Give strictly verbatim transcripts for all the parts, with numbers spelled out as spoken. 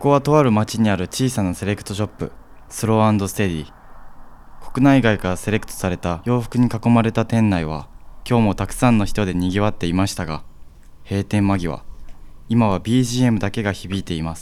こはとある町にある小さなセレクトショップ、スロー&ステディ。国内外からセレクトされた洋服に囲まれた店内は今日もたくさんの人でにぎわっていましたが、閉店間際、今は ビージーエム だけが響いています。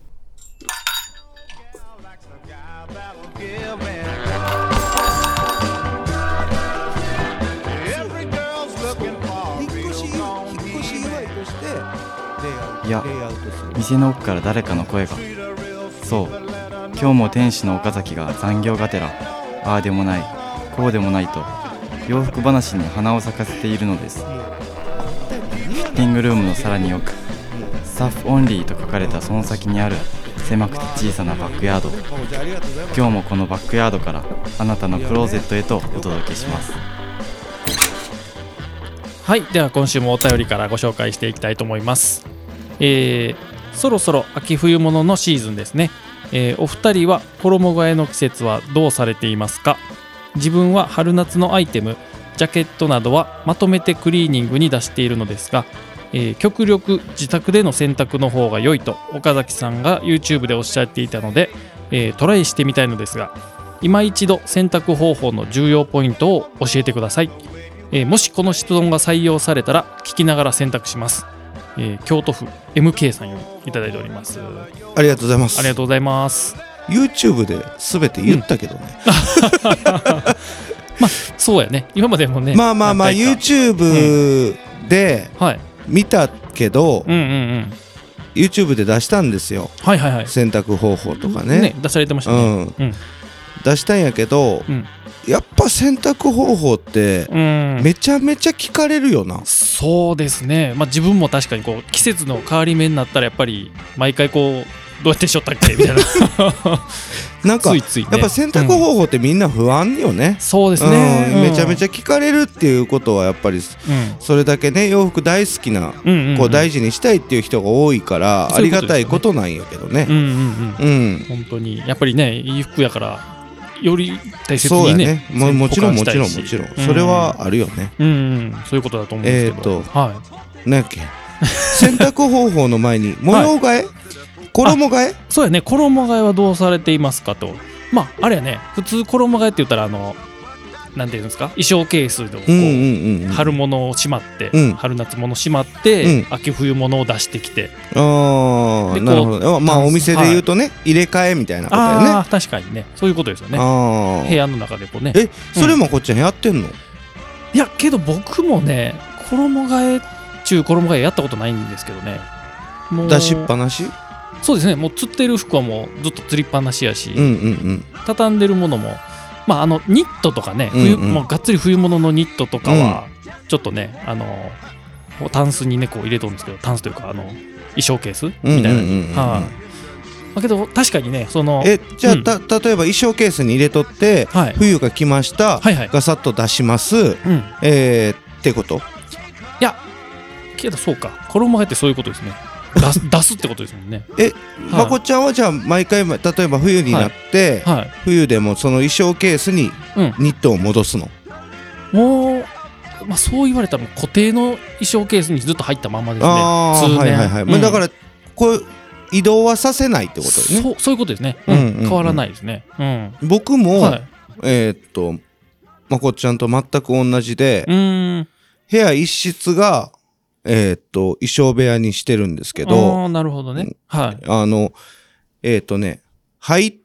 いや、店の奥から誰かの声が。そう、今日も店主の岡崎が残業がてら、ああでもないこうでもないと洋服話に花を咲かせているのです。フィッティングルームのさらに奥、スタッフオンリーと書かれたその先にある狭くて小さなバックヤード。今日もこのバックヤードからあなたのクローゼットへとお届けします。 はい、では今週もお便りからご紹介していきたいと思います。えー、そろそろ秋冬物のシーズンですね。えー、お二人は衣替えの季節はどうされていますか？自分は春夏のアイテム、ジャケットなどはまとめてクリーニングに出しているのですが、えー、極力自宅での洗濯の方が良いと岡崎さんが YouTube でおっしゃっていたので、えー、トライしてみたいのですが、今一度洗濯方法の重要ポイントを教えてください。えー、もしこの質問が採用されたら聞きながら洗濯します。えー、京都府 エムケー さんよりいただいております。 ありがとうございます。 ありがとうございます。 YouTube で全て言ったけどね、 うん、まあそうやね、今までもね、 まあまあまあ YouTube で見たけど、 うんうんうん、 YouTube で出したんですよ、 はいはいはい、 洗濯方法とかね、 ね出されてましたね、うんうん、 出したんやけど、うん、やっぱ洗濯方法ってめちゃめちゃ聞かれるよな、うん、 そうですね、まあ、自分も確かにこう季節の変わり目になったらやっぱり毎回こうどうやってしょったっけみたいななんかついつい、ね、やっぱ洗濯方法ってみんな不安よね、 うん、そうですね、 うん、めちゃめちゃ聞かれるっていうことはやっぱり、うん、それだけね洋服大好きな、うんうんうん、こう大事にしたいっていう人が多いからありがたいことなんやけどね、うんうんうんうん、 本当にやっぱりねいい服やからより大切にね、 そうやね、も, もちろんもちろんもちろん、うん、それはあるよね、 うんうん、そういうことだと思うんですけど、えーと、 はい、なんやっけ洗濯方法の前に模様替え、はい、衣替え、 そうやね、衣替えはどうされていますかと。まああれやね、普通衣替えって言ったらあのなんていうんですか、衣装ケースでこう、うんうんうん、春物をしまって、うん、春夏物しまって、うん、秋冬物を出してきて、 ああなるほど、まあお店で言うとね、はい、入れ替えみたいなことやね。 あ確かにね、そういうことですよね。あ部屋の中でこうね。 えそれもこっちはやってんの？ うん、いやけど僕もね衣替え中衣替えやったことないんですけどね。 もう出しっぱなし？ そうですね、もう釣ってる服はもうずっと釣りっぱなしやし、 うんうんうん、 畳んでるものも、まあ、あのニットとかね、冬、うんうん、もうがっつり冬物のニットとかは、うん、ちょっとねあのタンスにねこう入れとるんですけど、タンスというかあの衣装ケースみたいなの、はい。だけど確かにねそのえじゃあ、うん、た例えば衣装ケースに入れとって、はい、冬が来ました、はいはい、ガサッと出します、うん、えー、ってこと？いやけどそうか、衣替えってそういうことですね。出す、出すってことですもんね。 え、まこちゃんはじゃあ毎回例えば冬になって、はいはい、冬でもその衣装ケースにニットを戻すの？ うん、もう、まあ、そう言われたら固定の衣装ケースにずっと入ったままですね。 ああ、はいはいはい。うん、だからこう移動はさせないってことですね。 そう、そういうことですね。うんうんうんうん、変わらないですね。うん、 僕も、はい、えー、っとまこちゃんと全く同じで、うーん部屋一室がえー、っと衣装部屋にしてるんですけど、 あなるほどね、はい、 あのえー、っとね入って、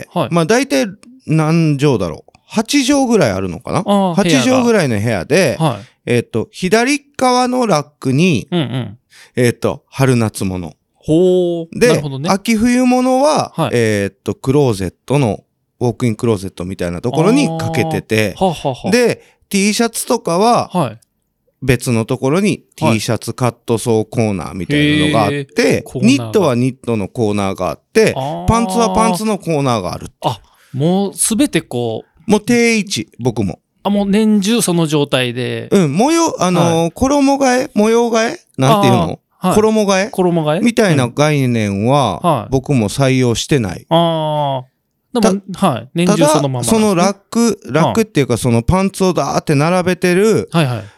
はい、まあ大体何畳だろうはち畳ぐらいあるのかな、はち畳ぐらいの部屋で、はい、えー、っと左側のラックに、うんうん、えー、っと春夏物ほうで、なるほどね、秋冬物は、はい、えー、っとクローゼットのウォークインクローゼットみたいなところにかけてて、はははで T シャツとかは、はい別のところに T シャツカットソーコーナーみたいなのがあって、はい、ニットはニットのコーナーがあって、パンツはパンツのコーナーがあるって。 あ、もうすべてこう。もう定位置、僕も。 あ、もう年中その状態で。 うん、模様、あのーはい、衣替え模様替えなんていうの、はい、衣替え衣替えみたいな概念は、僕も採用してない。 うん、ああ。でもはい、年中そのまま、ね、 ただそのラックラックっていうかそのパンツをダーって並べてる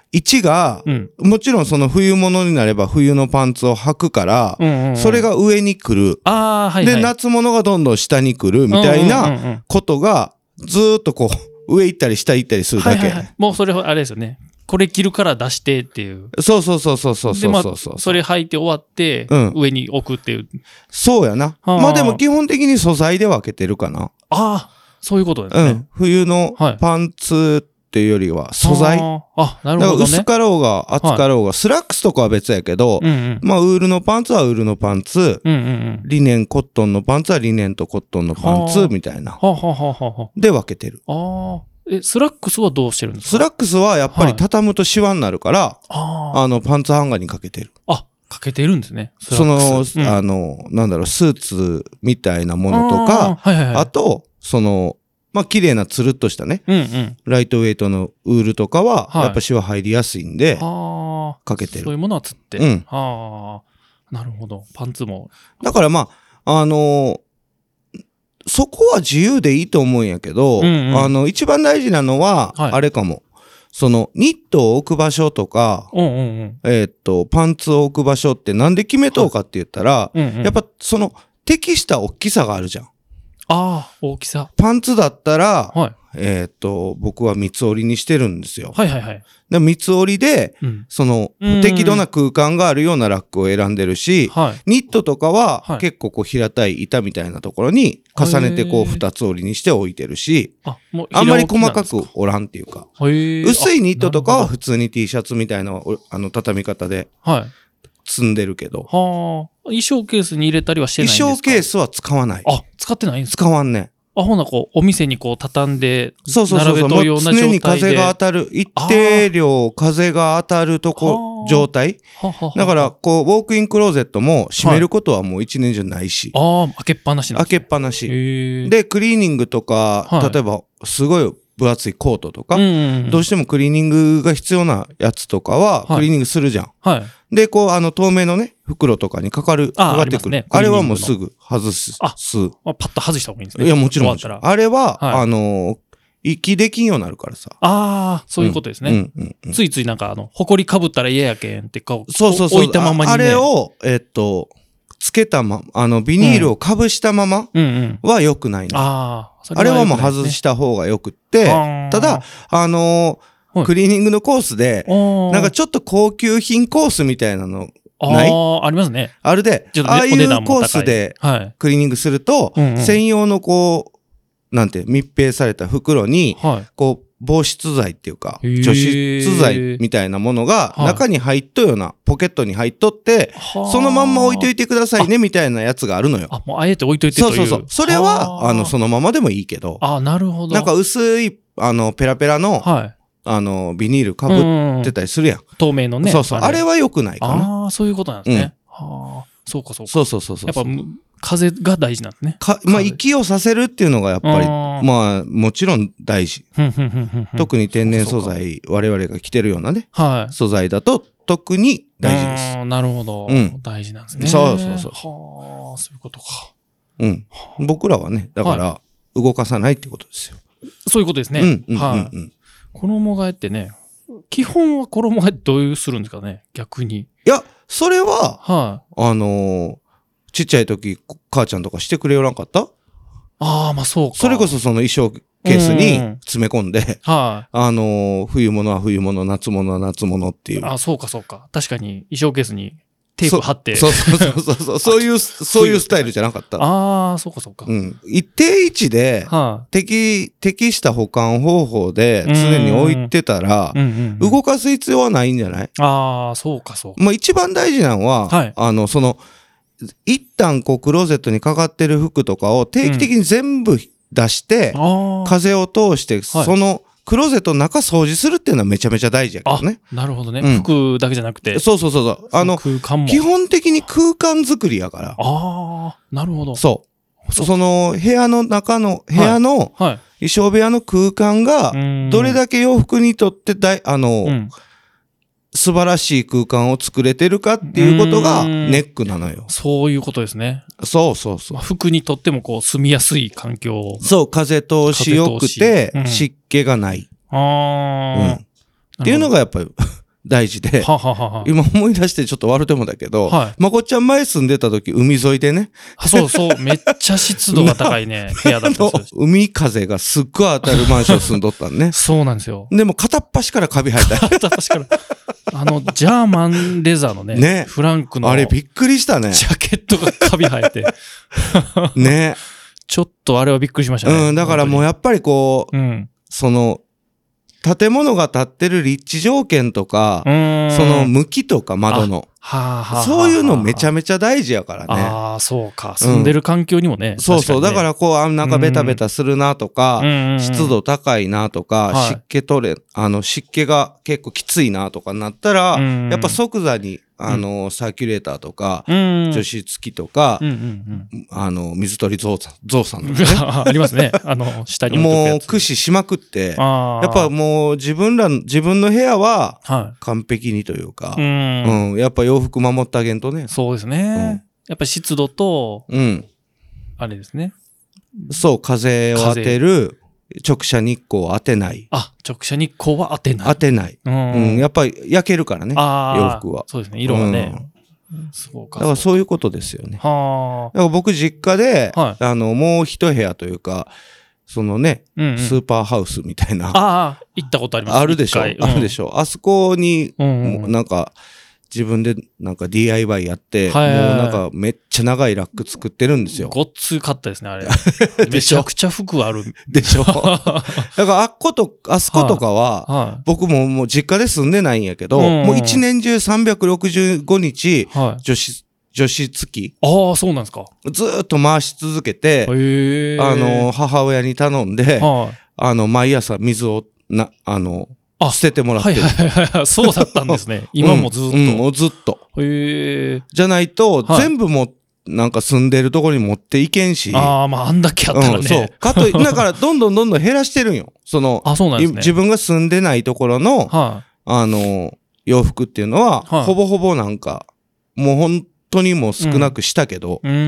位置が、うん、もちろんその冬物になれば冬のパンツを履くから、うんうんうん、それが上に来る。 あ、はいはい、 で、夏物がどんどん下に来るみたいなことが、ずーっとこう、上行ったり下行ったりするだけ。はいはいはい、 もうそれ、あれですよね。これ着るから出してっていう。 そうそうそうそうそうそうそう。 で、まあ、それ履いて終わって、上に置くっていう。うん、 そうやな。まあでも基本的に素材で分けてるかな。 ああ、そういうことですね。うん。 冬のパンツっていうよりは素材。 ああ、なるほどね。 だから薄かろうが厚かろうが、はい、スラックスとかは別やけど、うんうん、まあウールのパンツはウールのパンツ、うんうんうん、リネン、コットンのパンツはリネンとコットンのパンツみたいな。ははははで分けてる。 ああ。え、スラックスはどうしてるんですか？ スラックスはやっぱり畳むとシワになるから、はい、あ, あの、パンツハンガーにかけてる。 あ、かけてるんですね。 その、うん、あの、なんだろう、スーツみたいなものとか、あ,、はいはいはい、あと、その、まあ、綺麗なつるっとしたね、うんうん、ライトウェイトのウールとかは、はい、やっぱシワ入りやすいんで、かけてる。 そういうものはつって。うん。ああ、なるほど。パンツも。 だからまあ、あのー、そこは自由でいいと思うんやけど、うんうん、あの、一番大事なのは、はい、あれかも。その、ニットを置く場所とか、うんうんうん、えー、っと、パンツを置く場所ってなんで決めとうかって言ったら、はいうんうん、やっぱその、適した大きさがあるじゃん。ああ、大きさ。 パンツだったら、はい、えー、っと、僕は三つ折りにしてるんですよ。 はいはいはい。 で三つ折りで、うん、その、適度な空間があるようなラックを選んでるし、はい、ニットとかは、はい、結構こう平たい板みたいなところに重ねてこう二つ折りにして置いてるし、あ, もうあんまり細かく折らんっていうか、薄いニットとかは普通に T シャツみたいなあの畳み方で積んでるけど、 はい、はあ、衣装ケースに入れたりはしてないんですか？ 衣装ケースは使わない。 あ、使ってないんですか？ 使わんね。 あ、ほな、こう、お店にこう、畳んで、並べとるような状態で。 常に風が当たる、一定量風が当たるとこ、状態。はははだから、こう、ウォークインクローゼットも閉めることはもう一年中ないし。 はい、ああ、開けっぱなしなんですね。 開けっぱなし。で、クリーニングとか、はい、例えば、すごい分厚いコートとか、うんうんうん、どうしてもクリーニングが必要なやつとかは、クリーニングするじゃん。はい。で、こう、あの、透明のね、袋とかにかかる、かかってくる。あ, あ, ね、あれはもうすぐ外す。 あ、す。パッと外した方がいいんですね。 いや、もちろん。あれは、はい、あの、息できんようになるからさ。 ああ、そういうことですね。うんうんうん、ついついなんか、あの、埃かぶったら嫌やけんって顔、 そうそうそう。 置いたままに、ね。 あ, あれを、えー、っと、つけたま、あの、ビニールをかぶしたままは良くないの。うんうんうん、ああ、それは良くないですね。あれはもう外した方が良くって、ただ、あのー、クリーニングのコースで、なんかちょっと高級品コースみたいなの、ないああ、ありますね。 あれで、ああいうコースでクリーニングすると、はいうんうん、専用のこう、なんて密閉された袋に、はい、こう、防湿剤っていうか、除湿剤みたいなものが中に入っとるような、ポケットに入っとって、そのまんま置いといてくださいねみたいなやつがあるのよ。 あ、もうあえて置いといてという。 そうそうそう。それは、あの、そのままでもいいけど。 あ、なるほど。 なんか薄い、あの、ペラペラの、はい、あの、ビニールかぶってたりするやん。 透明のね。 そうそう。あれは良くないかな。 ああ、そういうことなんですね。うん、はあ、そうかそうか。 そうそうそうそう。 やっぱ、風が大事なんですね。 か、まあ、息をさせるっていうのがやっぱり、まあ、もちろん大事。特に天然素材、我々が着てるようなね、はい、素材だと特に大事です。 なるほど、うん。大事なんですね。 そうそうそう。 はあ、そういうことか。 うん。僕らはね、だから、動かさないってことですよ。 そういうことですね。うんうんうんうん、衣替えってね、基本は衣替えどういうするんですかね、逆に。 いや、それは、はい、あのー、ちっちゃい時、母ちゃんとかしてくれよらんかった？ ああ、まあそうか。 それこそその衣装ケースに詰め込んで、はい、あのー、冬物は冬物、夏物は夏物っていう。 ああ、そうかそうか。確かに衣装ケースにテープ貼って。 そうそうそうそうそう。そういう、そういうスタイルじゃなかった。 ああ、そうかそうか。 うん。一定位置で、はあ、適、適した保管方法で常に置いてたら、うんうんうん、動かす必要はないんじゃない？ ああ、そうかそうか。 まあ一番大事なのは、はい、あの、その、一旦こうクローゼットにかかってる服とかを定期的に全部出して、うん、風を通して、はい、そのクローゼットの中掃除するっていうのはめちゃめちゃ大事やけどね。 なるほどね、うん。服だけじゃなくて。 そうそうそうそう。あの、空間も基本的に空間作りやから。 ああ、なるほど。 そう。その部屋の中の、部屋の衣装部屋の空間が、どれだけ洋服にとってだい、あの、うん素晴らしい空間を作れてるかっていうことがネックなのよ。 そういうことですね。 そうそうそう。 まあ、服にとってもこう住みやすい環境。 そう、風通し良くて、うん、湿気がない。ああ、うん。っていうのがやっぱり大事で、 はははは今思い出してちょっと悪でもだけど、 はい、 まこっちゃん前住んでた時海沿いでね。 そうそう、めっちゃ湿度が高いね、部屋だったんですよ。 海風がすっごい当たるマンション住んどったんね。 そうなんですよ。 でも片っ端からカビ生えた。 片っ端から。あの、ジャーマンレザーのね、ねフランクの。 あれびっくりしたね。 ジャケットがカビ生えて。 ね。 ちょっとあれはびっくりしましたね。 うん、だからもうやっぱりこう、 うん、その、建物が建ってる立地条件とか、その向きとか窓の。はあはあ、そういうのめちゃめちゃ大事やからね。 ああ、そうか。住んでる環境にもね。 うん、そうそう。だからこう、あなんかベタベタするなとか、湿度高いなとか、はい、湿気取れ、あの、湿気が結構きついなとかなったら、やっぱ即座に、あの、うん、サーキュレーターとか、除湿機とか、うんうんうん、あの、水取りゾウさん、ゾウさんとかね。 ありますね。あの、下に置くやつ。 もう駆使しまくって、やっぱもう自分ら、自分の部屋は、完璧にというか、はい、うん、やっぱ洋服守ってあげんとね。 そうですね。うん、やっぱ湿度と、うん、あれですね。 そう、風を当てる、直射日光を当てない。 あ、直射日光は当てない。 当てない。うん。うん、やっぱり焼けるからね。洋服は。 そうですね。色がね。うん、 そうか。だからそういうことですよね。はあ。だから僕実家で、はい、あの、もう一部屋というか、そのね、うんうん、スーパーハウスみたいな。 ああ、行ったことあります。 あるでしょ。うん、あるでしょ。あそこに、うんうん、なんか、自分でなんか ディーアイワイ やって、はいはいはい、もうなんかめっちゃ長いラック作ってるんですよ。 ごっつかったですね、あれ。めちゃくちゃ服ある。 でしょ。だからあっこと、あそことかは、はいはい、僕ももう実家で住んでないんやけど、うんうん、もう一年中さんびゃくろくじゅうごにち、はい、除湿、除湿機。 ああ、そうなんですか。 ずーっと回し続けて、あの、母親に頼んで、はい、あの、毎朝水を、な、あの、あ、捨ててもらってる。 はいはいはい。そうだったんですね。今もずっと。 うん、うん、もうずっと。へえ。じゃないと、はい、全部も、なんか住んでるところに持っていけんし。 ああ、まあ、あんだけあったらね。うん、 そう。かと、だから、どんどんどんどん減らしてるんよ。その、 あ、そうなんですね。 自分が住んでないところの、はい、あの、洋服っていうのは、はい、ほぼほぼなんか、もう本当にもう少なくしたけど、うん、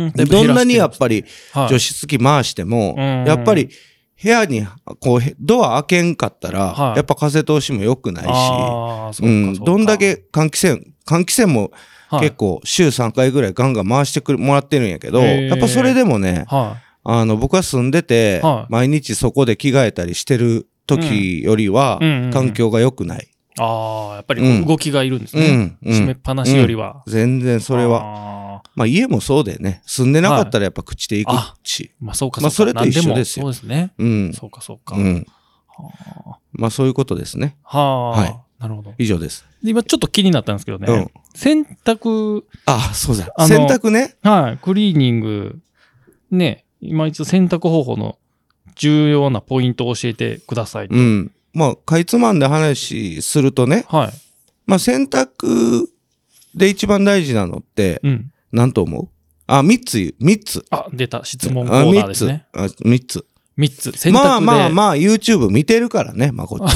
んどんなにやっぱり、除湿機回しても、はい、やっぱり、部屋に、こう、ドア開けんかったら、はい、やっぱ風通しも良くないし、うん、どんだけ換気扇、換気扇も結構週さんかいぐらいガンガン回してくるもらってるんやけど、やっぱそれでもね、はい、あの、僕は住んでて、はい、毎日そこで着替えたりしてる時よりは、環境が良くない。 ああ、やっぱり動きがいるんですね。うんうん、閉めっぱなしよりは。 うん、全然それは。まあ家もそうでね、住んでなかったらやっぱ朽ちていくし。 まあそうかそうか。 まあそれと一緒ですよ。 そうですね。うん。そうかそうか。うん。 はあ、まあそういうことですね。 はあ。はい。なるほど。 以上です。 今ちょっと気になったんですけどね。うん、洗濯。 あ、そうだ。洗濯ね。 はい。クリーニング。ね。今一度洗濯方法の重要なポイントを教えてください。 うん。まあ、かいつまんで話するとね。はい。まあ洗濯で一番大事なのって、うん。何と思う？あ、三つ、三つ。 あ、出た。質問コーナーですね。 あ、三つ。 三つ。洗濯で。 まあまあまあ、YouTube 見てるからね、まこっちゃん。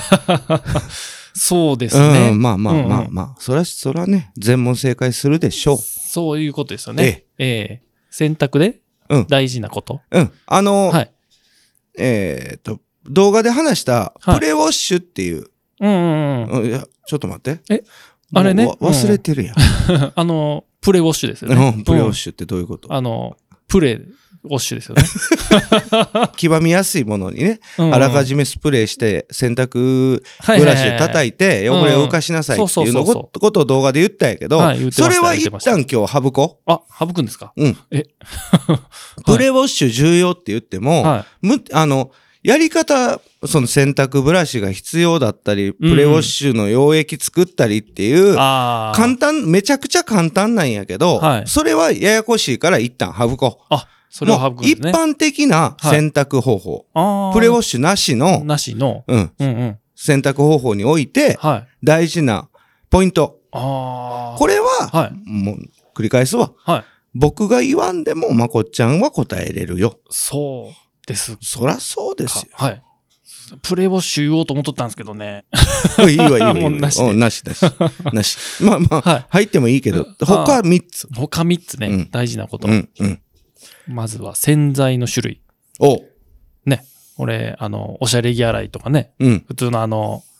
そうですね。 うん、まあまあまあまあ。うんうん、そら、そらね、全問正解するでしょう。 そういうことですよね。ええ。ええ、洗濯で大事なこと。 うん。うん、あのー、はい。えー、っと、動画で話した、プレウォッシュっていう。はい、うんうんうん。いや、ちょっと待って。 えあれね。 忘れてるやん。 あの、プレウォッシュですよね。 うん、プレウォッシュってどういうこと？ あの、プレウォッシュですよね。 黄ばみやすいものにね、うんうん、あらかじめスプレーして洗濯ブラシで叩いて汚れを浮かしなさいっていうのことを動画で言ったんやけど、はい、それは一旦今日省こう。 あ、省くんですか？ うん。えプレウォッシュ重要って言っても、はい、むあの、やり方、その洗濯ブラシが必要だったり、プレウォッシュの溶液作ったりっていう、うん、簡単、めちゃくちゃ簡単なんやけど、はい、それはややこしいから一旦省こう。 あ、それを省くんですね。 一般的な洗濯方法。はい、プレウォッシュなしの、 なしの、 うん。うんうん、洗濯方法において、はい、大事なポイント。あこれは、はい、もう繰り返すわ。はい、僕が言わんでもまこっちゃんは答えれるよ。 そう。です。 そらそうですよ。 はい。プレウォッシュ言おうと思っとったんですけどね。 いいわ、いいわ、いいわ。もうなしで。なしです。なし。まあまあ、はい、入ってもいいけど、他みっつ。 他みっつね、うん、大事なこと。うんうん、まずは洗剤の種類。 おね。俺、あの、おしゃれ着洗いとかね。うん、普通のあの、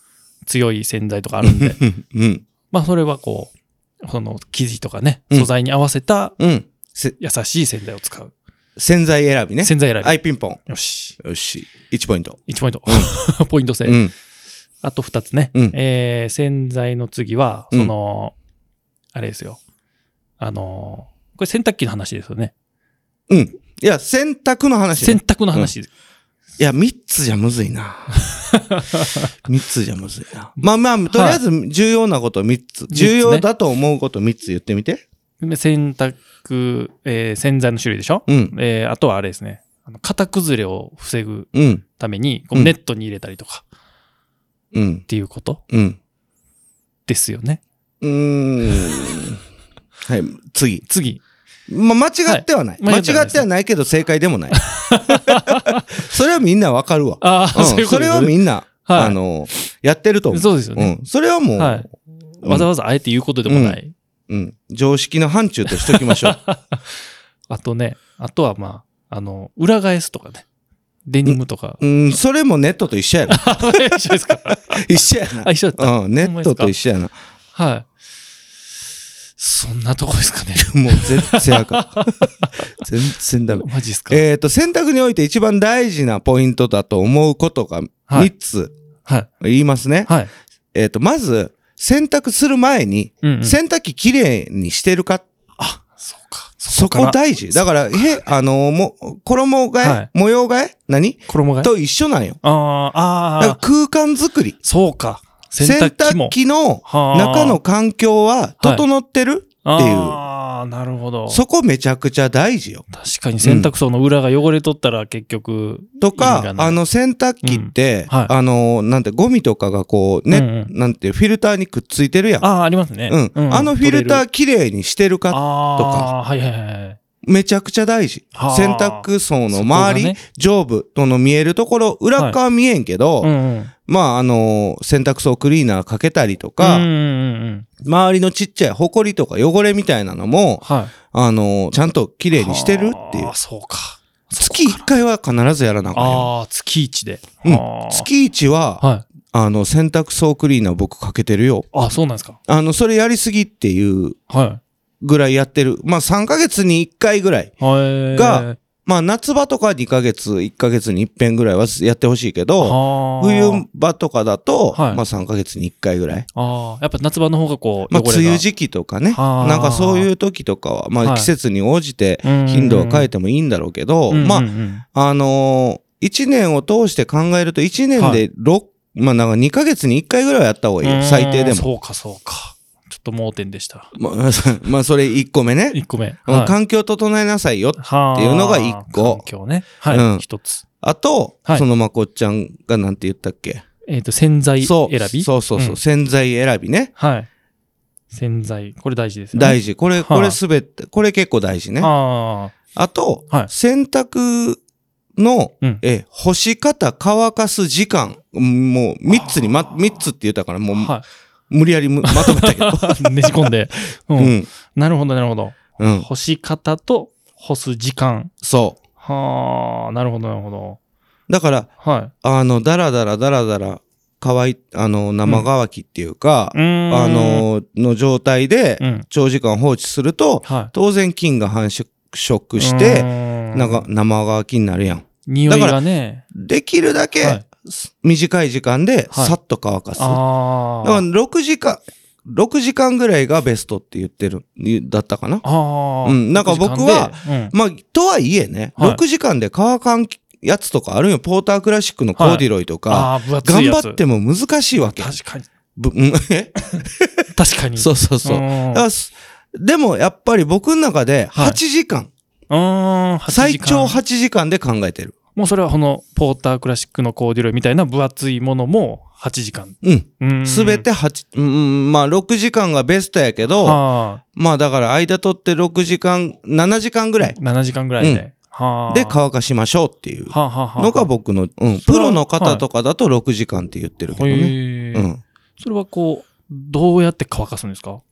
強い洗剤とかあるんで、 うん、 まあそれはこう、その生地とかね、素材に合わせた優しい洗剤を使う。 洗剤選びね。 洗剤選び。 アイピンポン。 よし。 よし。いちポイント。 いちポイント。うん、ポイント制。うん、あとふたつね。うん、えー、洗剤の次は、その、うん、あれですよ。あのー、これ洗濯機の話ですよね。 うん。いや、洗濯の話、 ね。洗濯の話。うん、 いや、みっつじゃむずいな。みっつじゃむずいな。まあまあ、とりあえず重要なことみっつ。はい、重要だと思うことみっつ言ってみて。 洗濯、えー、洗剤の種類でしょ、うん、えー、あとはあれですね。あの型崩れを防ぐために、こうネットに入れたりとか。うん。っていうこと、うん、ですよね。 うーん。はい、次。 次。 まあ、間違ってはない。はい、間違ってはないけど正解でもない。それはみんなわかるわ。 ああ、うん、そういうことですね。 それはみんな、はい、あの、やってると思う。 そうですよね。 うん。それはもう、はい、 わざわざあえて言うことでもない。 うん。うん、常識の範疇としときましょう。 あとね、あとはまあ、あの、裏返すとかね。デニムとか。 うん、うん、それもネットと一緒やな。 一緒ですか一緒やな。 あ、一緒だった。 うん、ネットと一緒やな。 はい。そんなとこですかね。 もう全然あかん。全然ダメ。 マジっすか。 えっと、洗濯において一番大事なポイントだと思うことがみっつ言いますね。 はい。 えっと、まず、洗濯する前に、洗濯機きれいにしてるか。 あ、そうか。 そこ大事。だから、へ、あの、も、衣替え模様替え何衣替えと一緒なんよ。 ああ、ああ。 空間作り。 そうか。 洗濯機の中の環境は整ってるっていう。 ああ、なるほど。 そこめちゃくちゃ大事よ。 確かに洗濯槽の裏が汚れとったら結局。 とか、あの洗濯機って、あの、なんてゴミとかがこうね、なんてフィルターにくっついてるやん。 ああ、ありますね。 うん。あのフィルターきれいにしてるかとか。 ああ、はいはいはい。 めちゃくちゃ大事。洗濯槽の周り、上部との見えるところ、裏側見えんけど、まあ、あの、洗濯槽クリーナーかけたりとか、周りのちっちゃいホコリとか汚れみたいなのも、あの、ちゃんときれいにしてるっていう。 そうか。 月いっかいは必ずやらなあかんよ。 ああ、月いちで。 うん。月いちは、あの、洗濯槽クリーナー僕かけてるよ。 あ、そうなんですか。 あの、それやりすぎっていう。はい。ぐらいやってる。まあさんかげつにいっかいぐらいが、まあ夏場とかにかげつ、いっかげつに一遍ぐらいはやってほしいけど、冬場とかだと、はい、まあさんかげつにいっかいぐらい。 ああ、やっぱ夏場の方がこう、 まあ梅雨時期とかね、なんかそういう時とかは、まあ季節に応じて頻度は変えてもいいんだろうけど、まあ、あのー、いちねんを通して考えるといちねんでろく、まあなんかにかげつにいっかいぐらいはやった方がいいよ、最低でも。 そうかそうか。ちょっと盲点でした。 まあ、まあ、それいっこめね。 いっこめ。 はい、環境整えなさいよっていうのがいっこ。 環境ね。はい。うん、一つ。 あと、はい、そのまこっちゃんがなんて言ったっけ？ えっと、洗剤選び？ そうそうそう、うん、洗剤選びね。 はい。洗剤。これ大事ですね。 大事。これ、これすべて、これ結構大事ね。ああと、はい、洗濯の、うん、え、干し方、乾かす時間。もうみっつにま、みっつって言ったからもう、はい、無理やりまとめたけど。 ねじ込んで、うん。うん。なるほど、なるほど。うん。干し方と干す時間。 そう。 はあ、なるほど、なるほど。 だから、はい。あの、だらだらだらだら、乾い、あの、生乾きっていうか、うん、あの、の状態で、長時間放置すると、うん、当然菌が繁殖して、なんか生乾きになるやん。 匂いがね。 だからできるだけ、はい、短い時間でさっと乾かす。はい、だからろくじかん、ろくじかんぐらいがベストって言ってる、だったかな。あうん。なんか僕は、うん、まあ、とはいえね、はい、ろくじかんで乾かんやつとかあるよ。ポータークラシックのコーディロイとか、はい、頑張っても難しいわけ。 確かに。 ぶえ確かに。 そうそうそう。だからでもやっぱり僕の中ではちじかん。はい、最長はちじかんで考えてる。 もうそれはこのポータークラシックのコーディロイみたいな分厚いものもはちじかん。 うん。すべてはち、うん、まあろくじかんがベストやけど、はあ、まあだから間取ってろくじかん、ななじかんぐらい。 ななじかんぐらいで。うんはあ、で乾かしましょうっていうのが僕の、うん、プロの方とかだとろくじかんって言ってるけどね。うん。 それはこう、どうやって乾かすんですか？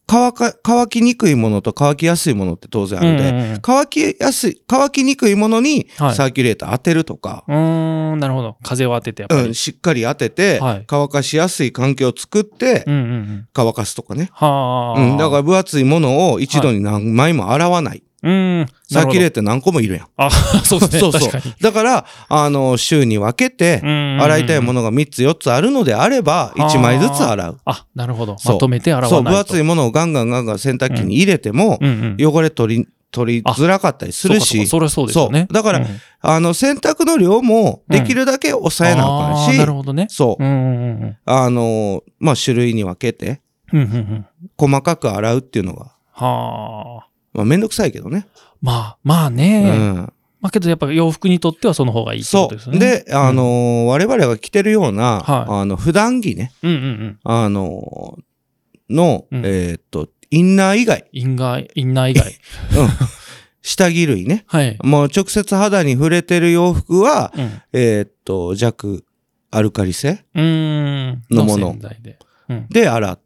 乾か、乾きにくいものと乾きやすいものって当然あるんで、うんうんうん、乾きやすい、乾きにくいものにサーキュレーター当てるとか。 はい、うーん、なるほど。風を当ててやっぱり。 うん、しっかり当てて、はい、乾かしやすい環境を作って、うんうんうん、乾かすとかね。はあ、うん。だから分厚いものを一度に何枚も洗わない。はい、うん。サーキュレーター何個もいるやん。 あ、そうですね。 そうそう。だから、あの、週に分けて、洗いたいものがみっつよっつあるのであれば、いちまいずつ洗う。 あ、なるほど。まとめて洗わないと。 そう、分厚いものをガンガンガンガン洗濯機に入れても、うんうん、汚れ取り、取りづらかったりするし。 それはそうですよね。 だから、うん、あの、洗濯の量もできるだけ抑えなあかんし。 うん、なるほどね。 そう。うんうんうん、あの、まあ、種類に分けて、うんうんうん、細かく洗うっていうのが。はあ。まあ、めんどくさいけどね。 まあ、まあね。うん。まあけどやっぱ洋服にとってはその方がいいってことですよね。 そう。で、あのーうん、我々が着てるような、はい、あの、普段着ね。うんうんうん。あのー、の、うん、えー、っと、インナー以外。 インナー、インナー以外。 うん。下着類ね。はい。もう直接肌に触れてる洋服は、うん、えー、っと、弱アルカリ性のもので、うん、で洗って、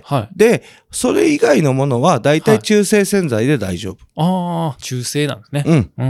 はい、で、それ以外のものは大体中性洗剤で大丈夫。 はい、ああ、中性なんですね。 うん。うん。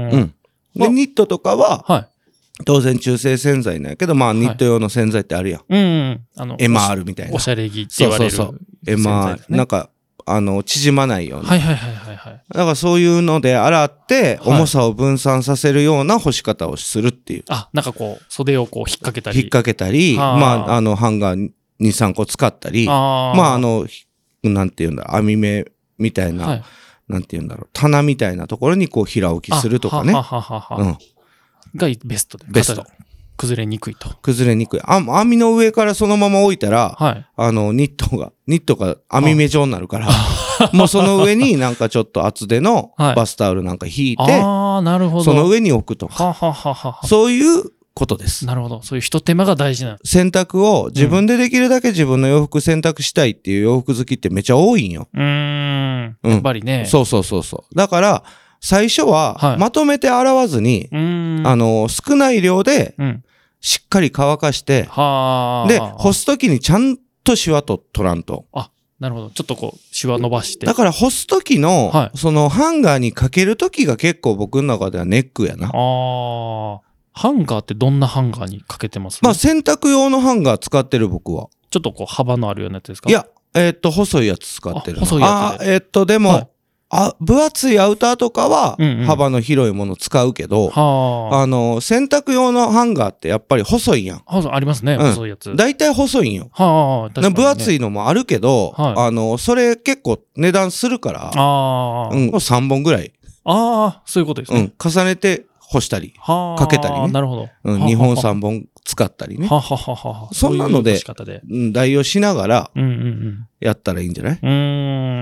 うん。で、ニットとかは、はい、当然中性洗剤なんやけど、まあ、ニット用の洗剤ってあるやん。はい、うん、うん。あの、エマールみたいな。 おしゃれ着って言われる。そうそうそう。 エマール。なんか、あの、縮まないような。 はいはいはいはい、はい。 だからそういうので洗って、重さを分散させるような干し方をするっていう。 あ、なんかこう、袖をこう引っ掛けたり。 引っ掛けたり、まあ、あの、ハンガーに、さんこ使ったり、あまあ、あの、なんていうんだろう、網目みたいな、はい、なんていうんだろう、棚みたいなところにこう平置きするとかね。ははははうん。がベストで。 ベスト。 崩れにくいと。 崩れにくい。あ、網の上からそのまま置いたら、はい、あの、ニットが、ニットが網目状になるから、もうその上になんかちょっと厚手のバスタオルなんか引いて、 ああ、なるほど。 その上に置くとか。 ははははそういうことです。 なるほど。そういう一手間が大事な。 洗濯を自分でできるだけ自分の洋服洗濯したいっていう洋服好きってめちゃ多いんよ。 うーん。やっぱりね。 うん、そうそうそうそう。だから、最初はまとめて洗わずに、はい、あの、少ない量で、うんしっかり乾かして、はで、干すときにちゃんとシワと取らんと。 あ、なるほど。ちょっとこう、シワ伸ばして。 だから干すときの、はい、そのハンガーにかけるときが結構僕の中ではネックやな。ああ。ハンガーってどんなハンガーにかけてます？ まあ洗濯用のハンガー使ってる僕は。 ちょっとこう幅のあるようなやつですか？ いや、えー、っと、細いやつ使ってる。 細いやつで。 あ、えー、っと、でも、はいあ、分厚いアウターとかは幅の広いもの使うけど、うんうん、あの、洗濯用のハンガーってやっぱり細いやん。 ありますね、うん、細いやつ。 大体細いんよ。はあ、ね、分厚いのもあるけど、はい、あの、それ結構値段するから、あうん、さんぼんぐらい。 ああ、そういうことですね。うん、 重ねて干したり、はかけたりね。 なるほど。 うん、にほんさんぼん使ったりね。ははははそんなので、うん、代用しながら、やったらいいんじゃない？ うん、うん、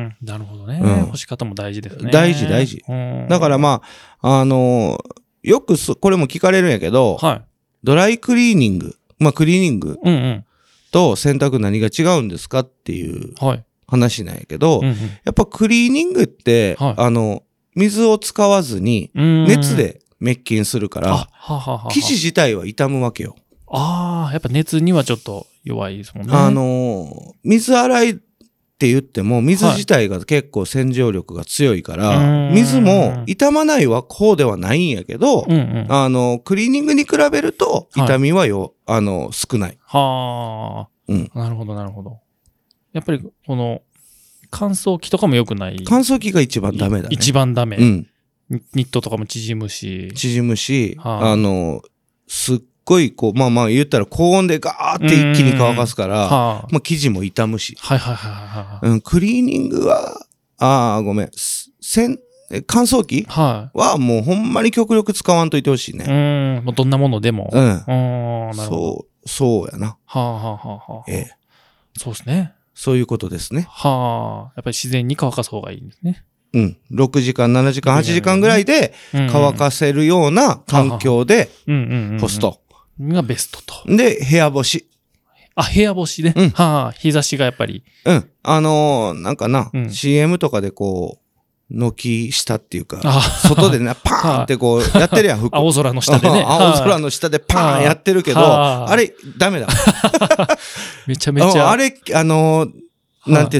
なるほどね、うん。干し方も大事ですね。 大事、大事。だからまあ、あのー、よくそ、これも聞かれるんやけど、はい、ドライクリーニング、まあクリーニングと洗濯何が違うんですかっていう話なんやけど、はいうんうん、やっぱクリーニングって、はい、あの、水を使わずに熱で滅菌するから、はははは生地自体は傷むわけよ。 ああ、やっぱ熱にはちょっと弱いですもんね。 あのー、水洗いって言っても、水自体が結構洗浄力が強いから、はい、水も傷まないはこうではないんやけど、うんうん、あの、クリーニングに比べると、傷みはよ、はい、あの、少ない。 はあ、うん。なるほど、なるほど。やっぱり、この、乾燥機とかも良くない。 乾燥機が一番ダメだね。 一番ダメ。うん。ニットとかも縮むし。 縮むし、はあ、あの、すっごい、こう、まあまあ言ったら高温でガーって一気に乾かすから、はあ、まあ生地も傷むし。 はいはいはいはい。 うん、クリーニングは、ああ、ごめん。せん、乾燥機はもうほんまに極力使わんといてほしいね。 うん、もうどんなものでも。うん。なるほど。 そう、そうやな。 はあはあはあはあ。ええ。そうですね。 そういうことですね。 はあ。やっぱり自然に乾かす方がいいんですね。 うん。ろくじかん、ななじかん、はちじかんぐらいで乾かせるような環境で干すと。 がベストと。 で、部屋干し。 あ、部屋干しね。うん。はあ、日差しがやっぱり。 うん。あのー、なんかな、うん、シーエム とかでこう、軒下っていうか、外でね、パーンってこう、やってるやん、服。 青空の下でね。 青空の下でパーンやってるけど、あれ、ダメだ。 めちゃめちゃ。 あれ、あのー、なんて言うんだろう。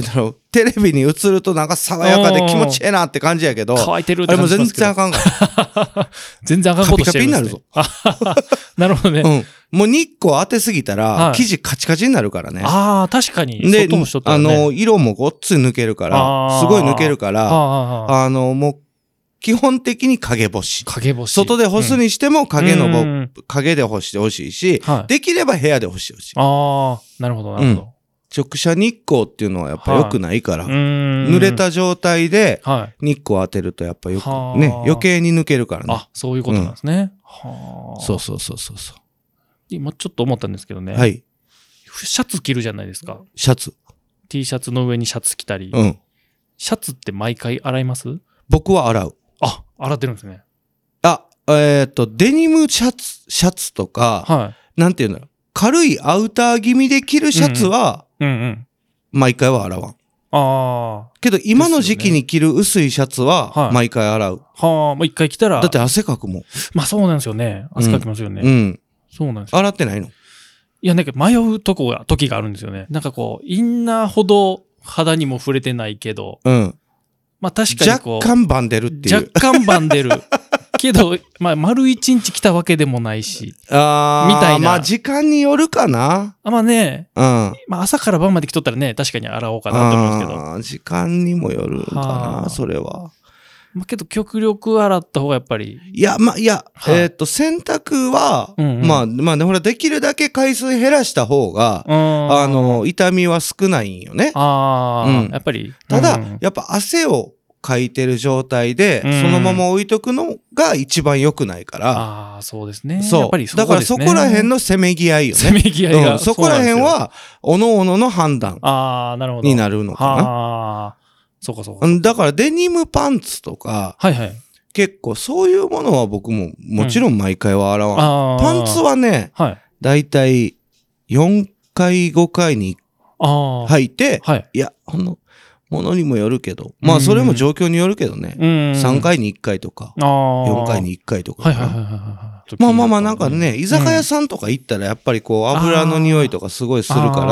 テレビに映るとなんか爽やかで気持ちええなって感じやけど、 乾いてるって感じしますけど。 あれも全然あかんから。 全然あかんことしてるんです、ね。 カピカピになるぞ。 なるほどね。 うん。もう日光当てすぎたら、はい、生地カチカチになるからね。 ああ、確かに。 で、あの、色もごっつい抜けるから、すごい抜けるから、あ, あの、もう、基本的に陰干し。 陰干し。 外で干すにしても影のぼ、うん、影で干してほしいし、はい、できれば部屋で干してほしい。 ああ、なるほど、なるほど。うん、 直射日光っていうのはやっぱ良くないから、はい、濡れた状態で日光当てるとやっぱよく、はい、ね、余計に抜けるからね。 あ、そういうことなんですね。 うん、はあ。そうそうそうそうそう。 今ちょっと思ったんですけどね。 はい。 シャツ着るじゃないですか。 シャツ。 T シャツの上にシャツ着たり。 うん。 シャツって毎回洗います？ 僕は洗う。 あ、洗ってるんですね。 あ、えっと、デニムシャツ、シャツとか、はい。なんていうんだろう。軽いアウター気味で着るシャツは、うんうん。うんうん、毎回は洗わん。 ああ。 けど今の時期に着る薄いシャツは、毎回洗う。 はあ、もう一回着たら。 だって汗かくもん。 まあそうなんですよね。汗かきますよね。 うん。うん、 そうなんですよ。 洗ってないの？ いや、なんか迷うとこが、時があるんですよね。なんかこう、インナーほど肌にも触れてないけど、 うん。 まあ確かにこう。 若干バン出るっていう。 若干バン出る。けど、まあ丸一日来たわけでもないし。 ああ。 みたいな。 まあ時間によるかな。 あまあね。 うん。 まあ朝から晩まで来とったらね、確かに洗おうかなと思うんですけど。 ああ、時間にもよるかな、それは。 まあけど極力洗った方がやっぱり。 いや、まあ、いや、はい、えっ、ー、と、洗濯は、うんうん、まあ、まあね、ほら、できるだけ回数減らした方が、あの、痛みは少ないんよね。 ああ、うん、やっぱり。 ただ、うん、やっぱ汗をかいてる状態で、うん、そのまま置いとくのが一番良くないから。 ああ、そうですね。 そう。 やっぱりそうですね。 だからそこら辺のせめぎ合いよね。 せめぎ合いが。 うん、そこら辺は、おのおのの判断。 ああ、なるほど。 になるのかな。 ああ。そうかそうか。 だからデニムパンツとか、 はいはい。 結構そういうものは僕ももちろん毎回は洗わん。うん、パンツはね、はい、だいたいよんかいごかいに履いて、はい、いや、ほんの、ものにもよるけど、まあそれも状況によるけどね、うん、さんかいにいっかいとか、よんかいにいっかいとか。はいはいはいはい。まあまあまあなんかね、居酒屋さんとか行ったらやっぱりこう油の匂いとかすごいするから、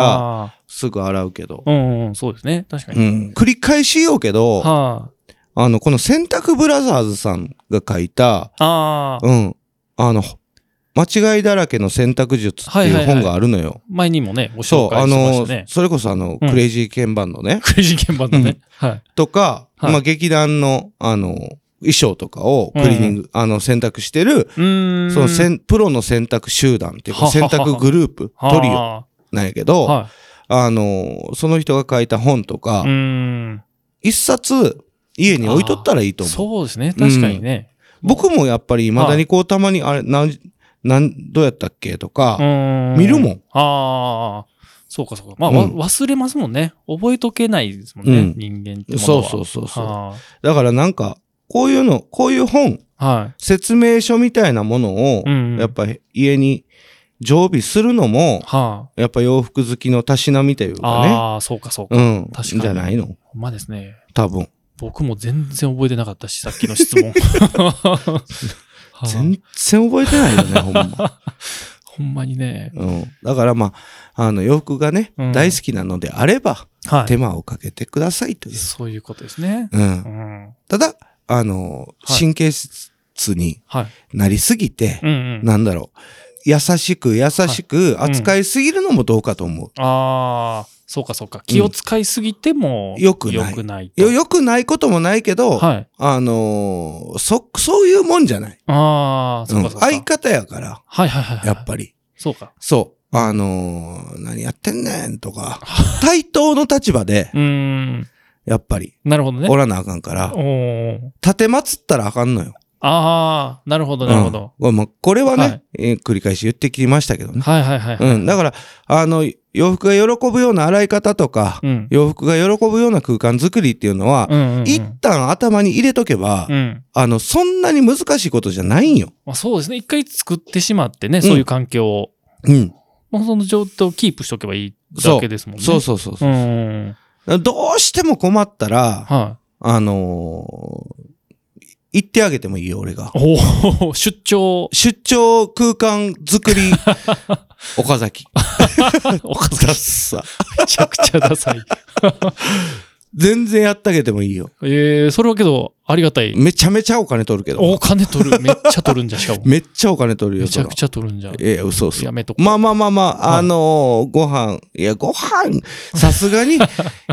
すぐ洗うけど。 うん、うん、そうですね。確かに。 うん。繰り返し言うけど、はあ、あの、この洗濯ブラザーズさんが書いた、あうん。あの、間違いだらけの選択術っていう本があるのよ。はいはいはい、前にもね、ご紹介しましたね。そう、あの、 それこそあの、うん、クレイジーケンバンドね。 クレイジーケンバンドね。うん、はい。 とか、はい、まあ、劇団の、あの、衣装とかをクリーニング、うん、あの、選択してる、そのせん、プロの選択集団っていうか、選択グループ、トリオなんやけど、はい、あの、その人が書いた本とか、一冊家に置いとったらいいと思う。 そうですね。確かにね。 うん、僕もやっぱり未だにこうたまに、あれ、なん、なん、どうやったっけとか、見るもん。 ああ。そうかそうか。まあ、うん、忘れますもんね。覚えとけないですもんね。うん、人間ってものは。 そうそうそうそう。だからなんか、こういうの、こういう本、はい、説明書みたいなものを、うんうん、やっぱり家に常備するのも、はあ、やっぱ洋服好きのたしなみというかね。 ああ、そうかそうか。 うん。確かに。じゃないの？ ほんまですね。 多分。 僕も全然覚えてなかったし、さっきの質問。 全然覚えてないよね、ほんま。 ほんまにね。 うん。だからまあ、あの、洋服がね、うん、大好きなのであれば、はい、手間をかけてくださいという。 そういうことですね。 うん。うん、ただ、あの、神経質になりすぎて、はいうんうん、なんだろう、優しく優しく扱いすぎるのもどうかと思う。 うん、ああ、そうかそうか。気を使いすぎても、 よくない。よくない。よくないこともないけど、はい、あのー、そ、そういうもんじゃない。 ああ、そうかそうか、 うん。相方やから。 はいはいはい。 やっぱり。 そうか。 そう。あのー、何やってんねんとか、対等の立場で、うーんやっぱり。 なるほどね。 おらなあかんから。お立てまつったらあかんのよ。 ああ、なるほど、なるほど。 うん、これはね、はいえー、繰り返し言ってきましたけどね。 はいはいはい、はい。 うん。だから、あの、洋服が喜ぶような洗い方とか、うん、洋服が喜ぶような空間作りっていうのは、うんうんうん、一旦頭に入れとけば、うん、あの、そんなに難しいことじゃないんよ。 まあ、そうですね。一回作ってしまってね、そういう環境を。うん。もうその状態をキープしとけばいいだけですもんね。 そうそうそうそう。うんどうしても困ったら、はい、あのー、言ってあげてもいいよ、俺が。 お出張。 出張空間作り、岡崎。 岡崎さ。めちゃくちゃダサい。 全然やってあげてもいいよ。 ええー、それはけど、ありがたい。 めちゃめちゃお金取るけど。 お金取る。めっちゃ取るんじゃ、しかも。 めっちゃお金取るよ。 めちゃくちゃ取るんじゃ。 ええー、嘘嘘。 やめとこ。 まあまあまあまあ、はい、あのー、ご飯、いや、ご飯、さすがに、ご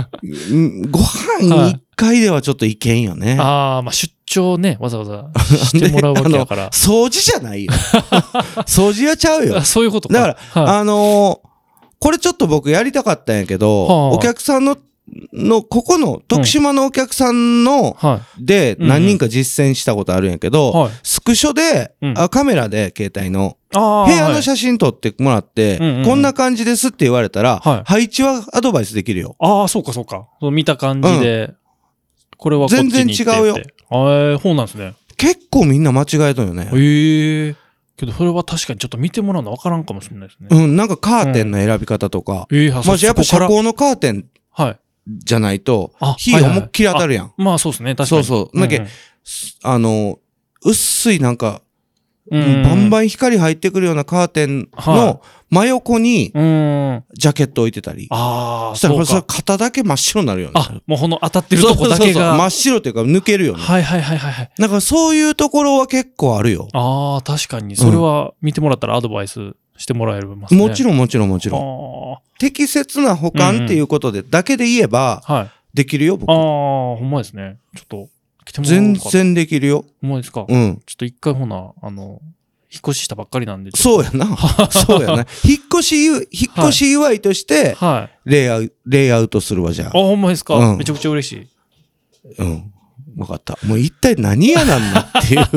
飯一回ではちょっといけんよね。 ああ、まあ出張ね、わざわざしてもらうわけだから。 掃除じゃないよ。掃除はちゃうよ。 そういうことか。だから、はい、あのー、これちょっと僕やりたかったんやけど、はあ、お客さんの、の、ここの、徳島のお客さんの、うん、で、何人か実践したことあるんやけど、はい、スクショで、うん、あ、カメラで、携帯の、部屋の写真撮ってもらって、はい、こんな感じですって言われたら、はい、配置はアドバイスできるよ。 ああ、そうかそうか。見た感じで、うん、これはこっちに全然違うよ。 ああ、そうなんですね。 結構みんな間違えたよね。 へえー。けど、それは確かにちょっと見てもらうの分からんかもしれないですね。 うん、なんかカーテンの選び方とか。うん、ええー、まじやっぱ遮光のカーテンじゃないと、火思いっきり当たるやん。はいはい、 まあそうですね、確かに。 そうそう。だけ、うんうん、あの、薄いなんか、うん、バンバン光入ってくるようなカーテンの真横に、ジャケット置いてたり。ああ、そしたらそれ肩だけ真っ白になるよね。 あ、もうこの当たってるとこだけが。そうそうそう、 真っ白っていうか抜けるよね。 はいはいはいはい。 だからそういうところは結構あるよ。 ああ、確かに。それは見てもらったらアドバイスしてもらえますね。 もちろんもちろんもちろん。適切な保管っていうことで、だけで言えば、できるよ、僕。 ああ、ほんまですね。ちょっと。 全然できるよ。 ほんまですか。 うん。 ちょっと一回ほな、あの、引っ越ししたばっかりなんで。 そうやな。そうやな。引っ越し、引っ越し祝いとして、はい。レイアウト、レイアウトするわ、じゃあ。あ、 ほんまですか。うん、めちゃくちゃ嬉しい。 うん。わかった。もう一体何やなんだっていう、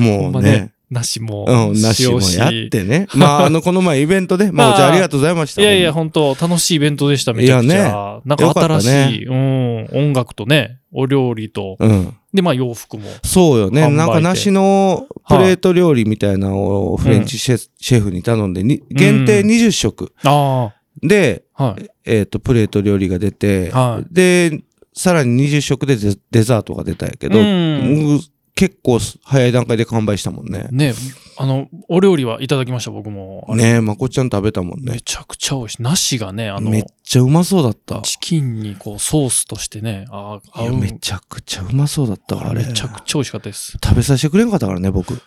もうね。 なしも。 うん、なしもやってね。まあ、あの、この前イベントで、まあ、じゃあありがとうございました。 いやいや、本当楽しいイベントでした、めちゃくちゃ。いやね。なんか新しい、うん、音楽とね、お料理と、うん。で、まあ洋服も。 そうよね。なんか梨のプレート料理みたいなのをフレンチシェ,、うん、シェフに頼んでに、限定にじゅっしょく。ああ。で、はい、えっ、ー、と、プレート料理が出て、はい、で、さらににじゅっしょくでデザートが出たんやけど、うん、結構早い段階で完売したもんね。 ね、あの、お料理はいただきました、僕も。 ねえ、まこちゃん食べたもんね。 めちゃくちゃ美味しい。梨がね、あの、 めっちゃうまそうだった。 チキンにこう、ソースとしてね、ああ、いや、めちゃくちゃうまそうだったわ、あれ。 めちゃくちゃ美味しかったです。 食べさせてくれんかったからね、僕。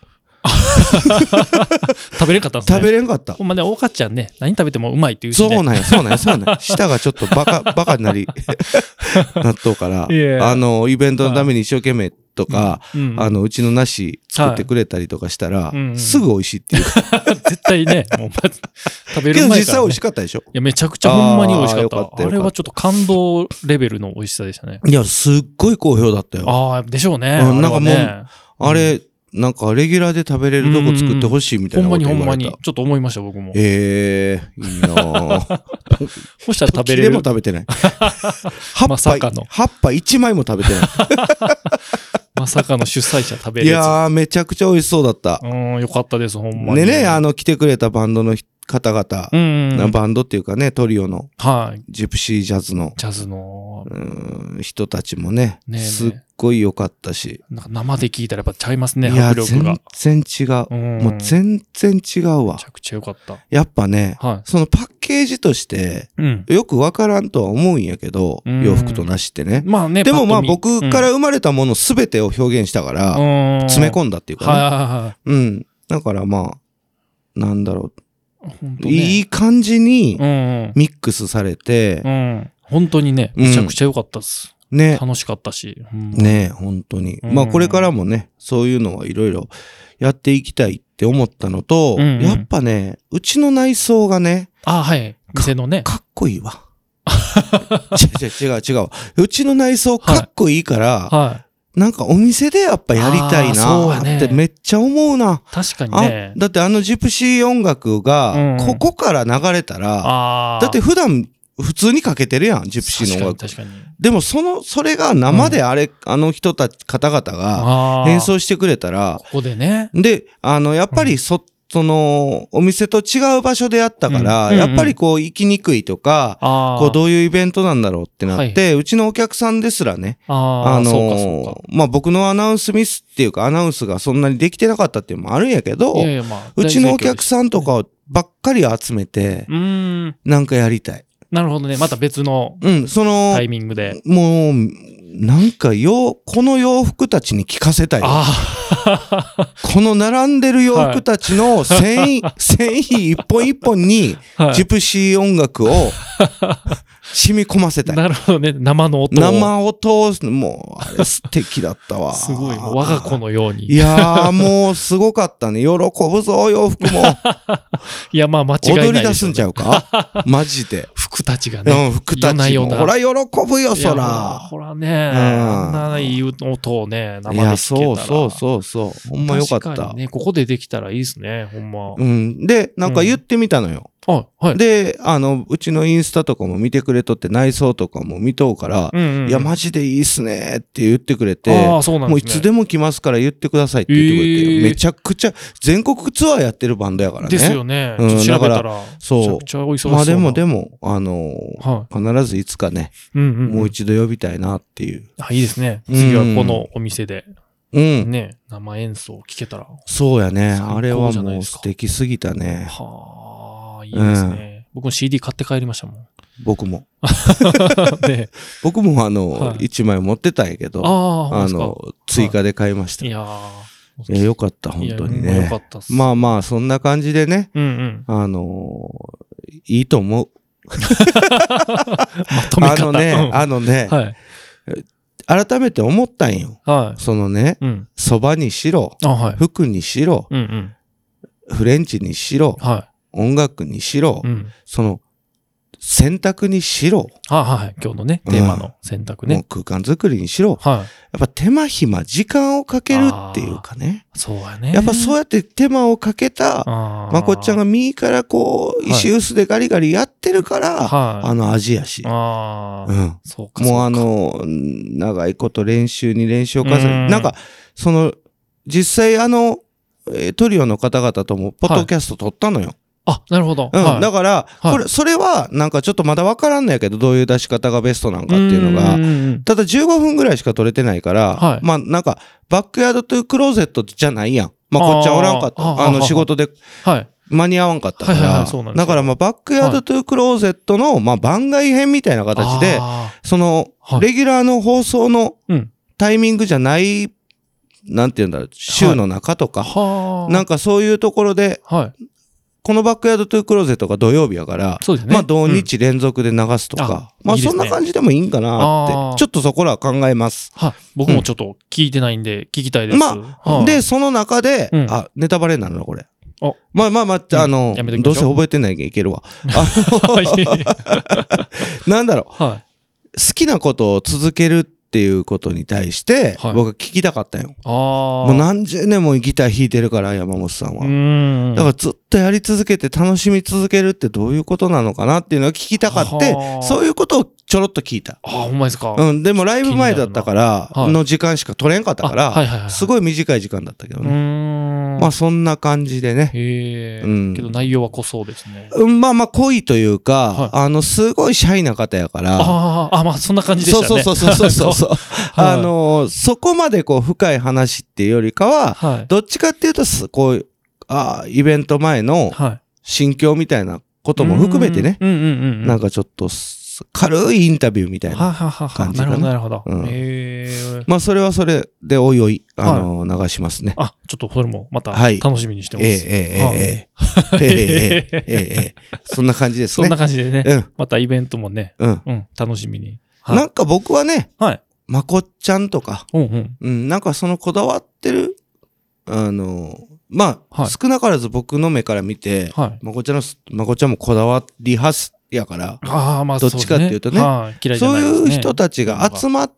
食べれんかったんですね。 食べれんかった。 ほんまね、おかっちゃんね、何食べてもうまいっていうしね。 そうなんや、そうなんや、そうなんや。舌がちょっとバカ、バカになり、なっとうから、あの、イベントのために一生懸命とか、うんうん、あの、うちの梨作ってくれたりとかしたら、はい、すぐ美味しいっていう。 絶対ね、もうまず食べる前から、ね。けど実際美味しかったでしょ？ いや、めちゃくちゃほんまに美味しかった。あ, あれはちょっと感動レベルの美味しさでしたね。 いや、すっごい好評だったよ。 ああ、でしょうね。 うん、なんかもう、あ, あれ、うんなんか、レギュラーで食べれるとこ作ってほしいみたいなこと言われた。 ほんまにほんまに。ちょっと思いました、僕も。 ええー、いいなぁ。 そしたら食べれる。 でも食べてない。葉っまさかの。 葉っぱ一枚も食べてない。 まさかの主催者食べれず。 いやー、めちゃくちゃ美味しそうだった。 うん、よかったです、ほんまに。 でね、あの、来てくれたバンドの方々、うんうん、バンドっていうかね、トリオの、はい、ジプシージャズの、 ジャズの、 うん、人たちもね、ねえねえすっごい良かったし。 なんか生で聞いたらやっぱちゃいますね、迫力が。 全然違う。うん、もう全然違うわ。 めちゃくちゃ良かった。 やっぱね、はい、そのパッケージとして、うん、よくわからんとは思うんやけど、うん、洋服となしってね。まあね、でもまあ僕から生まれたものすべてを表現したから、うん、詰め込んだっていうかね。はいはいはい、うん。だからまあ、なんだろう。ね、いい感じにミックスされて、 うんうん、本当にね、めちゃくちゃ良かったです。うん、ね。楽しかったし。 うん、ね、本当に。うん、まあこれからもね、そういうのはいろいろやっていきたいって思ったのと、うんうん、やっぱね、うちの内装がね、 あ、はい。店のね。 かっこいいわ。違う違う違う。うちの内装かっこいいから、はいはいなんかお店でやっぱやりたいなってめっちゃ思うな。 確かにね。 だってあのジプシー音楽がここから流れたら、うん、だって普段普通にかけてるやん、ジプシーの音楽。確かに確かに。でもその、それが生であれ、うん、あの人たち、方々が演奏してくれたら、 ここでね。 で、あの、やっぱりそ、うんその、お店と違う場所でやったから、うんうんうん、やっぱりこう行きにくいとか、こうどういうイベントなんだろうってなって、はい、うちのお客さんですらね、あ、あのそうかそうか、まあ僕のアナウンスミスっていうかアナウンスがそんなにできてなかったっていうのもあるんやけど、いやいやまあ、うちのお客さんとかばっかり集めて、うんなんかやりたい。 なるほどね。また別のうん、その、 タイミングで。 もう、なんかよ、この洋服たちに聞かせたい。 あこの並んでる洋服たちの繊維、繊維一本一本に、ジプシー音楽を染み込ませたい。 なるほどね。生の音を。 生音を、もう、あれ素敵だったわ。 すごい。我が子のように。 いやー、もうすごかったね。喜ぶぞ、洋服も。 いや、まあ間違いない、ね。 踊り出すんちゃうかマジで。 服たちがね。 うん、服たちも。ほら、喜ぶよ、そら。 ほらね。あんないい音をね、生で聞けたら。いや、 そうそうそうそう。ほんまよかった。 確かにね、ここでできたらいいですね、ほんま。 うん。で、なんか言ってみたのよ。 はいはい、 で、あの、うちのインスタとかも見てくれとって、内装とかも見とうから、うんうんうん、いや、マジでいいっすねって言ってくれて、 あ、そうなんですね、 もういつでも来ますから言ってくださいって言ってくれて、えー、めちゃくちゃ、全国ツアーやってるバンドやからね。 ですよね。うん、調べたら、そう。めちゃくちゃ美味しそう。 まあでもでも、あのーはい、必ずいつかね、うんうんうん、もう一度呼びたいなっていう。 あ、いいですね。次はこのお店で。うん。ね、生演奏聴けたら。 そうやね。あれはもう素敵すぎたね。 はあ、いいですね。うん、僕も シーディー 買って帰りましたもん。 僕も。ね、僕もあの、はい、いちまい持ってたんやけど、あ, あの、追加で買いました。はい、いやいや、よかった、本当にね。よかったっす。まあまあ、そんな感じでね、うんうん、あのー、いいと思う。 まとめ方。 あのね、あのね、はい、改めて思ったんよ。はい、そのね、そば、うん、にしろ、はい、服にしろ、うんうん、フレンチにしろ、はい、音楽にしろ、うん、その、選択にしろ。 はいはい。今日のね、テーマの選択ね。 もう空間作りにしろ。はい。やっぱ手間暇、時間をかけるっていうかね。 そうやね。 やっぱそうやって手間をかけた、まこっちゃんが右からこう、石臼でガリガリやってるから、はい、あの味やし。ああ。うん。そうか。もうあの、長いこと練習に練習を重ね、なんか、その、実際あの、トリオの方々とも、ポッドキャスト撮ったのよ。はい、 あ、なるほど。 うん。はい、だから、これ、それは、なんかちょっとまだわからんのやけど、どういう出し方がベストなんかっていうのが、ただじゅうごふんぐらいしか撮れてないから、はい、まあなんか、バックヤードトゥークローゼットじゃないやん。まあこっちはおらんかった。あ, あの仕事で、間に合わんかったから、だからまあバックヤードトゥークローゼットの、まあ番外編みたいな形で、その、レギュラーの放送のタイミングじゃない、なんていうんだろう、週の中とか、なんかそういうところで、はいこのバックヤードトゥークローゼットが土曜日やから、そうですね、まあ土日連続で流すとか、うん、まあそんな感じでもいいんかなって、ちょっとそこらは考えます。 はい。僕もちょっと聞いてないんで聞きたいです。 まあ、はあ、で、その中で、うん、あ、ネタバレになるな、これ。まあまあまあ、あの、うん、どうせ覚えてないけんいけるわ。なんだろう、はい。好きなことを続けるっていうことに対して、はい、僕は聞きたかったよ。あもう何十年もギター弾いてるから、山本さんは。うんだからずっとやり続けて楽しみ続けるってどういうことなのかなっていうのを聞きたかって、そういうことをちょろっと聞いた。 あ、ほんまですか。 うん。でもライブ前だったから、の時間しか取れんかったから、すごい短い時間だったけどね。まあそんな感じでね。 へえ。うん。けど内容は濃そうですね。 うん、まあまあ濃いというか、はい、あの、すごいシャイな方やから。 ああ、まあそんな感じでしたね。 そうそうそうそうそう。あの、そこまでこう深い話っていうよりかは、はい、どっちかっていうと、こう、あイベント前の心境みたいなことも含めてね、なんかちょっと軽いインタビューみたいな感じかな。 なるほど、なるほど。うん、 へまあそれはそれでおいおい、あの、はい、流しますね。 あ、ちょっとそれもまた楽しみにしてます。はい、えええええええええええそんな感じですね。 そんな感じでね、うん、またイベントもね、うん、うん、楽しみに。 はい、なんか僕はね、はい、まこっちゃんとか、うんうんうん、なんかそのこだわってる、あの、まあ、はい、少なからず僕の目から見て、はい、まこちゃんの、まこちゃんもこだわりはす、やから、あまあ、どっちかっていうとね、はい、そういう人たちが集まって、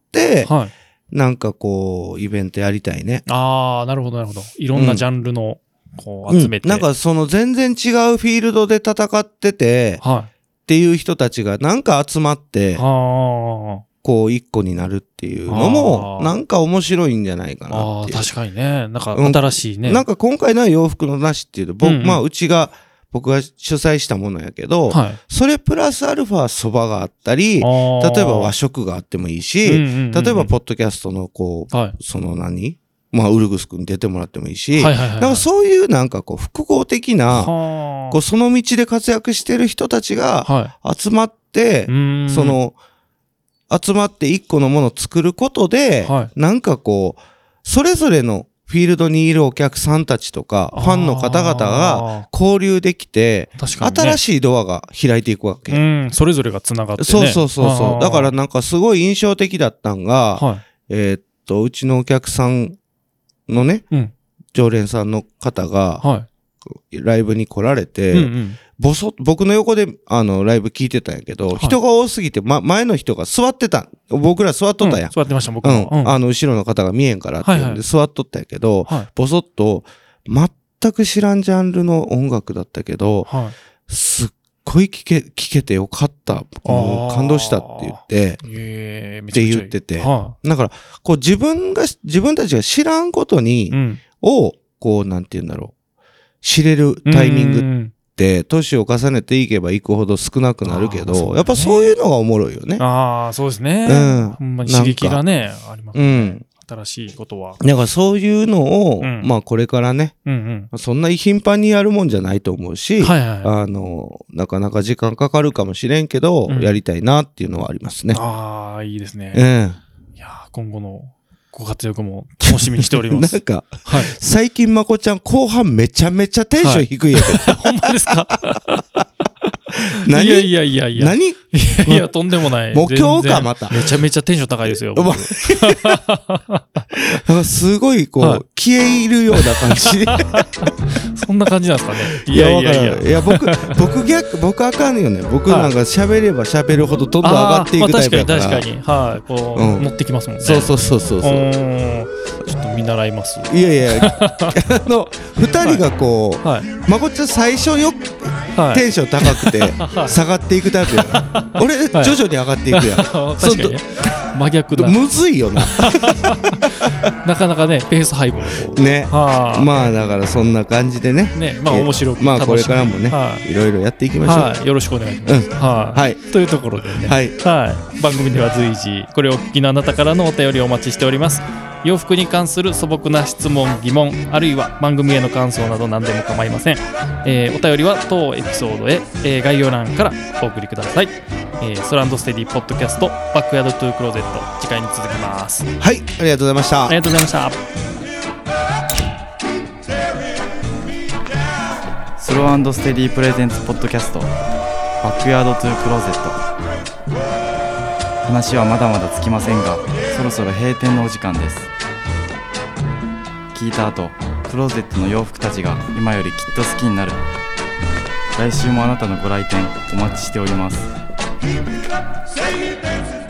はい、なんかこう、イベントやりたいね。 ああ、なるほど、なるほど。いろんなジャンルの、こう、集めて、 うんうん。なんかその全然違うフィールドで戦ってて、はい、っていう人たちがなんか集まって、あこう一個になるっていうのも、なんか面白いんじゃないかなっていう。 ああ、確かにね。なんか新しいね。 うん、なんか今回の洋服のなしっていうと、僕、うんうん、まあうちが、僕が主催したものやけど、はい、それプラスアルファ蕎麦があったり、例えば和食があってもいいし、うんうんうんうん、例えばポッドキャストのこう、はい、その何まあ、ウルグス君に出てもらってもいいし、はいはいはいはい、なんかそういうなんかこう、複合的な、こう、その道で活躍してる人たちが集まっ 、その、集まって一個のものを作ることで、はい、なんかこう、それぞれのフィールドにいるお客さんたちとか、ファンの方々が交流できて、ね、新しいドアが開いていくわけ。 うん、それぞれが繋がってね。 そうそうそうそう。だからなんかすごい印象的だったんが、はい、えー、っと、うちのお客さんのね、うん、常連さんの方が、はい、ライブに来られて、うんうん、ぼそ僕の横であのライブ聞いてたんやけど、はい、人が多すぎて、ま、前の人が座ってた。僕ら座っとったやん。 うん、座ってました、僕も。 うん。あの、後ろの方が見えんからって言うんで座っとったんやけど、はいはい、ぼそっと、全く知らんジャンルの音楽だったけど、はい、すっごい聞け、聞けてよかった。もう感動したって言って、えー、って言ってて。はあ、だから、こう自分が、自分たちが知らんことに、うん、を、こう、なんて言うんだろう。知れるタイミングって、年を重ねていけばいくほど少なくなるけど、ね、やっぱそういうのがおもろいよね。 ああ、そうですね。うん。ほんまに刺激がね、ありますね。うん。新しいことは。 だからそういうのを、うん、まあこれからね、うんうん、そんなに頻繁にやるもんじゃないと思うし、はいはい、あの、なかなか時間かかるかもしれんけど、うん、やりたいなっていうのはありますね。 ああ、いいですね。うん。いや、今後のご活躍も楽しみにしております。 なんか、はい、最近まこちゃん後半めちゃめちゃテンション低いやけど。 はい、ほんまですか？ 何？ いやいやいやいや。 何？いやいや、とんでもない。 もう今日かまた。 めちゃめちゃテンション高いですよ。 すごいこう、はい、消え入るような感じ。 そんな感じなんですかね。 いやいやいや。いや僕、僕逆、僕あかんよね。僕なんか喋れば喋るほどどんどん上がっていくタイプだから。 確かに確かに。はい。こう、うん、乗ってきますもんね。 そうそうそうそうそう。 ちょっと見習います。 いやいや、あの、二人がこう、はい、まこっちゃん最初よ、はい、テンション高くて下がっていくタイプやな。俺、はい、徐々に上がっていくやん。確かにね。真逆だ。 むずいよな。 なかなかね、ペース配分ね。まあだからそんな感じでね。 ね、まあ面白くまあこれからもね、いろいろやっていきましょう。 はい、よろしくお願いします。はい。というところでね、はい。番組では随時これをお聞きのあなたからのお便りをお待ちしております。洋服に関する素朴な質問、疑問、あるいは番組への感想など何でも構いません。えー、お便りは当エピソードへ、えー、概要欄からお送りください。えー、ストランドステディポッドキャストバックヤードトゥークローゼット、次回に続きます。 はい、ありがとうございました。 ありがとうございました。 スロー&ステディプレゼンツポッドキャストバックヤードトゥークローゼット。話はまだまだつきませんが、そろそろ閉店のお時間です。聞いた後、クローゼットの洋服たちが今よりきっと好きになる。来週もあなたのご来店お待ちしております。